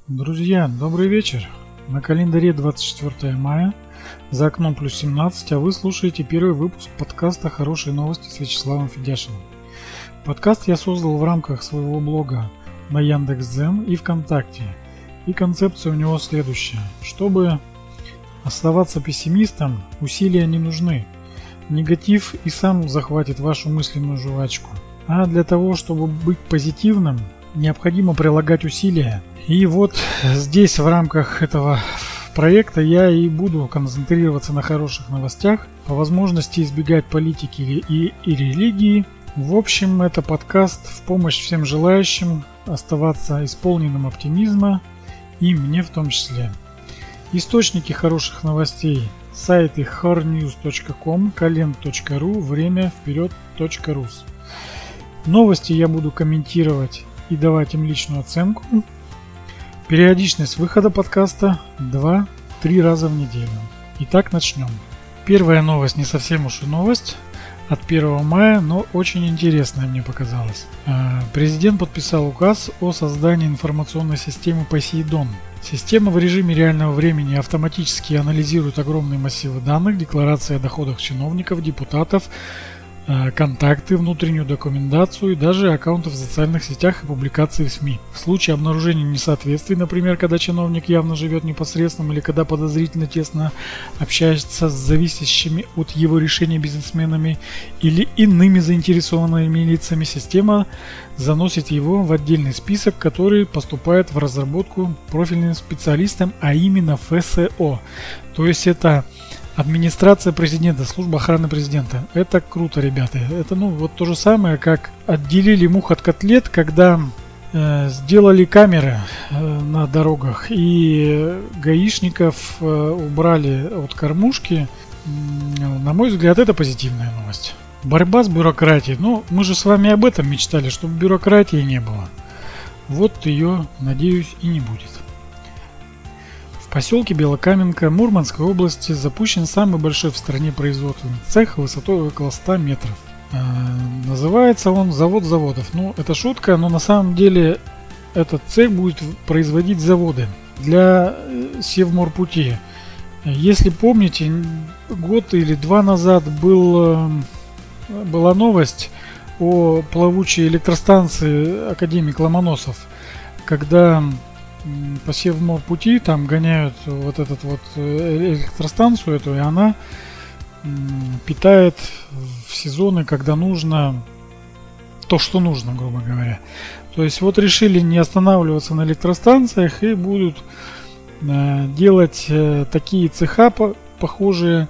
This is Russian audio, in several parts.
Друзья, добрый вечер. На календаре 24 мая, за окном плюс 17, а вы слушаете первый выпуск подкаста «Хорошие новости» с Вячеславом Федяшиным. Подкаст я создал в рамках своего блога на Яндекс.Дзен и ВКонтакте. И концепция у него следующая. Чтобы оставаться пессимистом, усилия не нужны. Негатив и сам захватит вашу мысленную жвачку. А для того, чтобы быть позитивным, необходимо прилагать усилия. И вот здесь в рамках этого проекта я и буду концентрироваться на хороших новостях, по возможности избегать политики и религии. В общем, это подкаст в помощь всем желающим оставаться исполненным оптимизма, и мне в том числе. Источники хороших новостей: сайты hornews.com, kalend.ru, время вперед.рус. Новости я буду комментировать и давать им личную оценку. Периодичность выхода подкаста 2-3 раза в неделю. Итак, начнем. Первая новость не совсем уж и новость от 1 мая, но очень интересная мне показалась. Президент подписал указ о создании информационной системы Посейдон. Система в режиме реального времени автоматически анализирует огромные массивы данных, декларации о доходах чиновников, депутатов, контакты, внутреннюю документацию и даже аккаунты в социальных сетях и публикации в СМИ. В случае обнаружения несоответствий, например, когда чиновник явно живет непосредственно или когда подозрительно тесно общается с зависящими от его решения бизнесменами или иными заинтересованными лицами, система заносит его в отдельный список, который поступает в разработку профильным специалистам, а именно ФСО. То есть это Администрация президента, служба охраны президента. Это круто, ребята. Это вот то же самое, как отделили мух от котлет, когда сделали камеры на дорогах и гаишников убрали от кормушки. На мой взгляд, это позитивная новость. Борьба с бюрократией. Мы же с вами об этом мечтали, чтобы бюрократии не было. Вот ее, надеюсь, и не будет. В поселке Белокаменка Мурманской области запущен самый большой в стране производственный цех высотой около 100 метров. Называется он «Завод заводов». Это шутка, но на самом деле этот цех будет производить заводы для Севморпути. Если помните, год или два назад была новость о плавучей электростанции «Академик Ломоносов», когда по Севморпути там гоняют вот эту электростанцию эту, и она питает в сезоны, когда нужно то, что нужно, грубо говоря. То есть вот решили не останавливаться на электростанциях и будут делать такие цеха похожие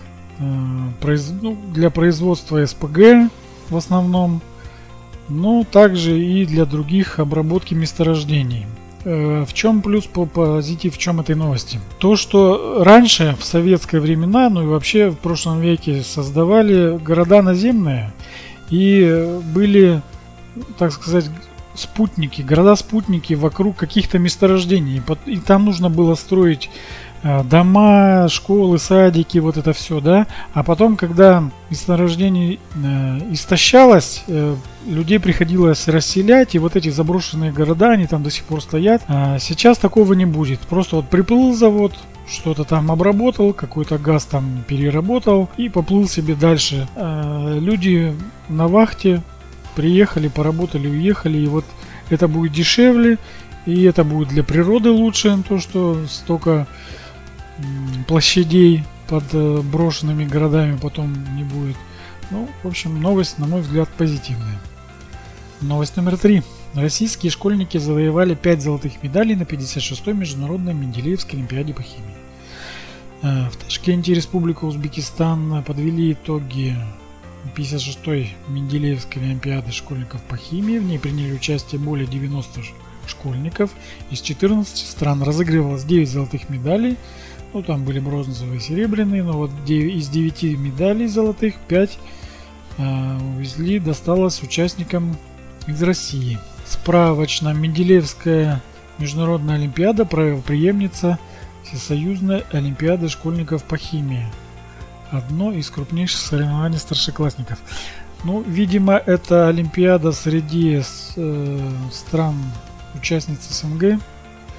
для производства СПГ в основном, но также и для других обработки месторождений. В чем плюс, позитив в чем этой новости? То, что раньше, в советские времена, и вообще в прошлом веке создавали города наземные и были, так сказать, города-спутники вокруг каких-то месторождений. И там нужно было строить дома, школы, садики, вот это все, да. А потом, когда месторождение истощалось, людей приходилось расселять, и вот эти заброшенные города, они там до сих пор стоят. Сейчас такого не будет. Просто вот приплыл завод, что-то там обработал, какой-то газ там переработал и поплыл себе дальше. Люди на вахте приехали, поработали, уехали, и вот это будет дешевле, и это будет для природы лучше, то, что столько площадей под брошенными городами потом не будет. В общем, новость, на мой взгляд, позитивная. Новость номер 3. Российские школьники завоевали 5 золотых медалей на 56-й международной Менделеевской олимпиаде по химии. В Ташкенте, Республика Узбекистан, подвели итоги 56-й Менделеевской олимпиады школьников по химии. В ней приняли участие более 90 школьников из 14 стран. Разыгрывалось 9 золотых медалей. Там были бронзовые и серебряные, но вот из 9 медалей золотых 5 досталось участникам из России. Справочно: Менделеевская международная олимпиада, правопреемница Всесоюзной олимпиады школьников по химии. Одно из крупнейших соревнований старшеклассников. Видимо, это олимпиада среди стран участниц СНГ.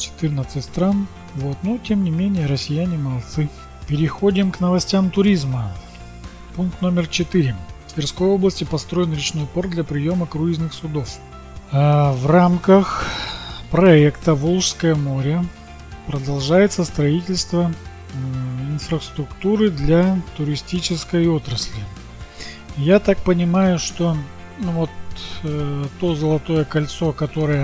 14 стран. Вот, но тем не менее россияне молодцы. Переходим к новостям туризма. Пункт номер 4. В Тверской области построен речной порт для приема круизных судов. В рамках проекта «Волжское море» продолжается строительство инфраструктуры для туристической отрасли. Я так понимаю, что то золотое кольцо, которое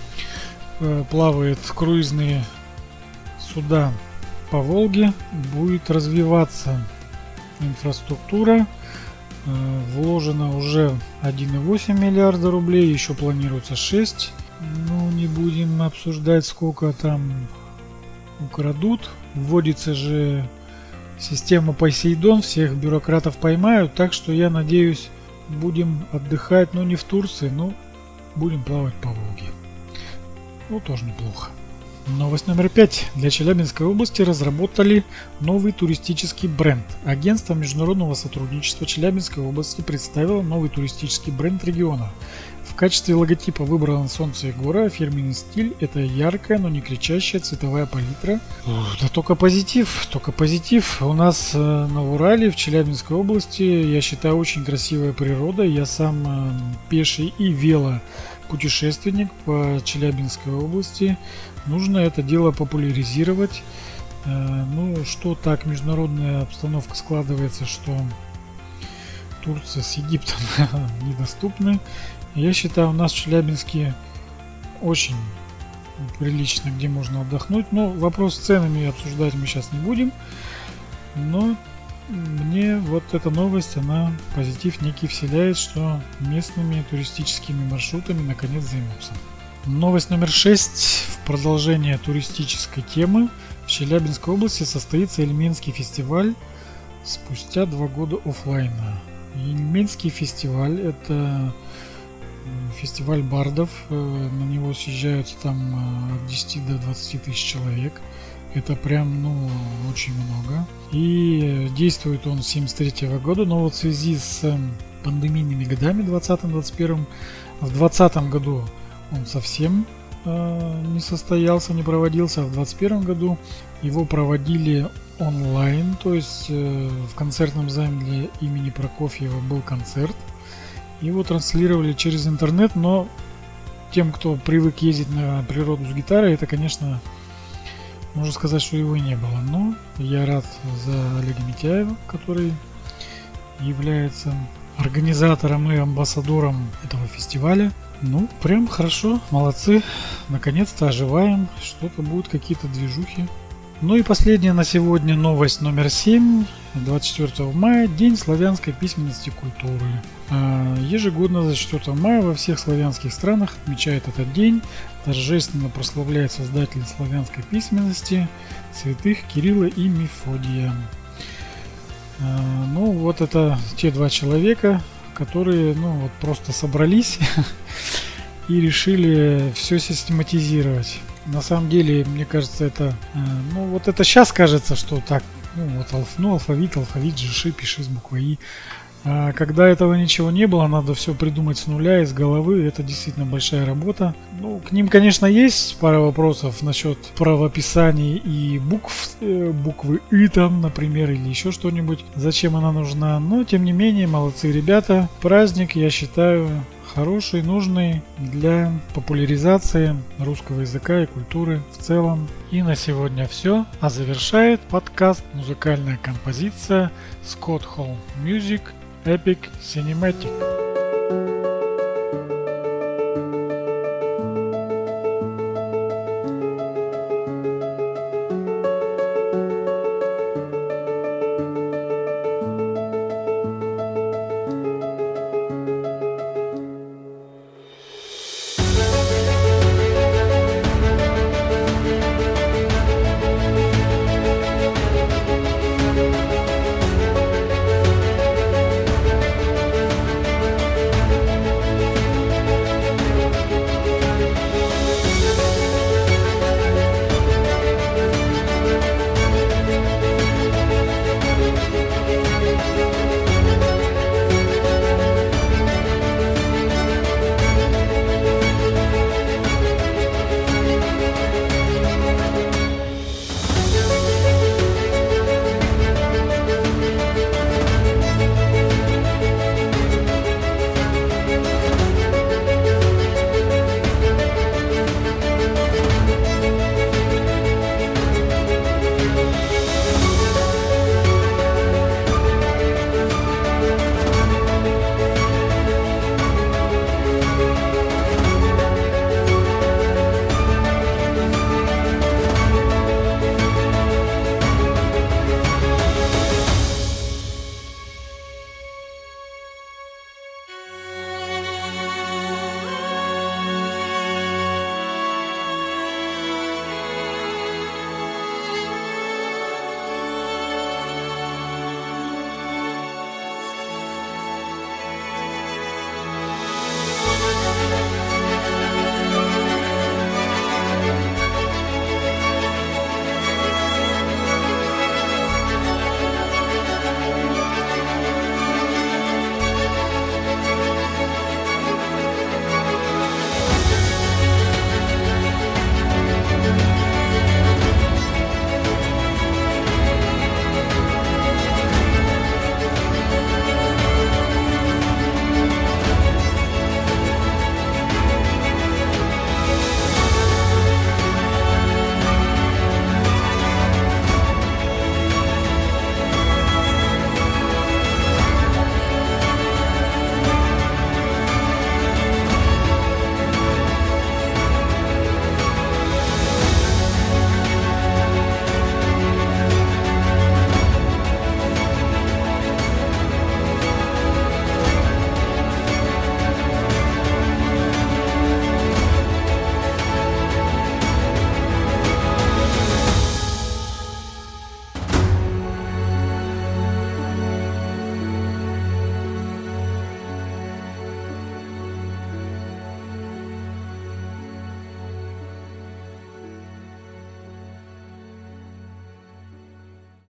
плавает круизные суда по Волге, будет развиваться инфраструктура. Вложено уже 1,8 миллиарда рублей, еще планируется 6. Не будем обсуждать, сколько там украдут. Вводится же система Посейдон, всех бюрократов поймают, так что я надеюсь, будем отдыхать, не в Турции, но будем плавать по Волге. Тоже неплохо. Новость номер 5. Для Челябинской области разработали новый туристический бренд. Агентство международного сотрудничества Челябинской области представило новый туристический бренд региона. В качестве логотипа выбрано солнце и горы, а фирменный стиль – это яркая, но не кричащая цветовая палитра. Да только позитив, только позитив. У нас на Урале, в Челябинской области, я считаю, очень красивая природа. Я сам пеший и велопутешественник по Челябинской области. Нужно это дело популяризировать. Что так международная обстановка складывается, что Турция с Египтом недоступны. Я считаю, у нас в Челябинске очень прилично, где можно отдохнуть. Но вопрос с ценами обсуждать мы сейчас не будем. Но мне вот эта новость, она позитив некий вселяет, что местными туристическими маршрутами наконец займутся. Новость номер 6. В продолжение туристической темы в Челябинской области состоится Ильменский фестиваль спустя 2 года оффлайна. Ильменский фестиваль – это фестиваль бардов. На него съезжаются там от 10 до 20 тысяч человек. Это прям, очень много. И действует он с 1973 года, но вот в связи с пандемийными годами 2020-2021, в 2020 году он совсем не состоялся, не проводился, а в 2021 году его проводили онлайн, то есть в концертном зале имени Прокофьева был концерт. Его транслировали через интернет, но тем, кто привык ездить на природу с гитарой, это, конечно, можно сказать, что его и не было. Но я рад за Олега Митяева, который является организатором и амбассадором этого фестиваля. Прям хорошо, молодцы, наконец-то оживаем, что-то будут, какие-то движухи. И последняя на сегодня новость номер 7. 24 мая – День славянской письменности и культуры. Ежегодно 24 мая во всех славянских странах отмечают этот день. Торжественно прославляет создателей славянской письменности святых Кирилла и Мефодия. Вот это те два человека, которые просто собрались и решили все систематизировать. На самом деле, мне кажется, это это сейчас кажется, что так, алфавит, жиши, пиши с буквой И. А когда этого ничего не было, надо все придумать с нуля, из головы. Это действительно большая работа. К ним, конечно, есть пара вопросов насчет правописаний и буквы И там, например, или еще что-нибудь. Зачем она нужна? Но, тем не менее, молодцы ребята. Праздник, я считаю, хороший, нужный для популяризации русского языка и культуры в целом. И на сегодня все. А завершает подкаст музыкальная композиция Scott Hall Music Epic Cinematic.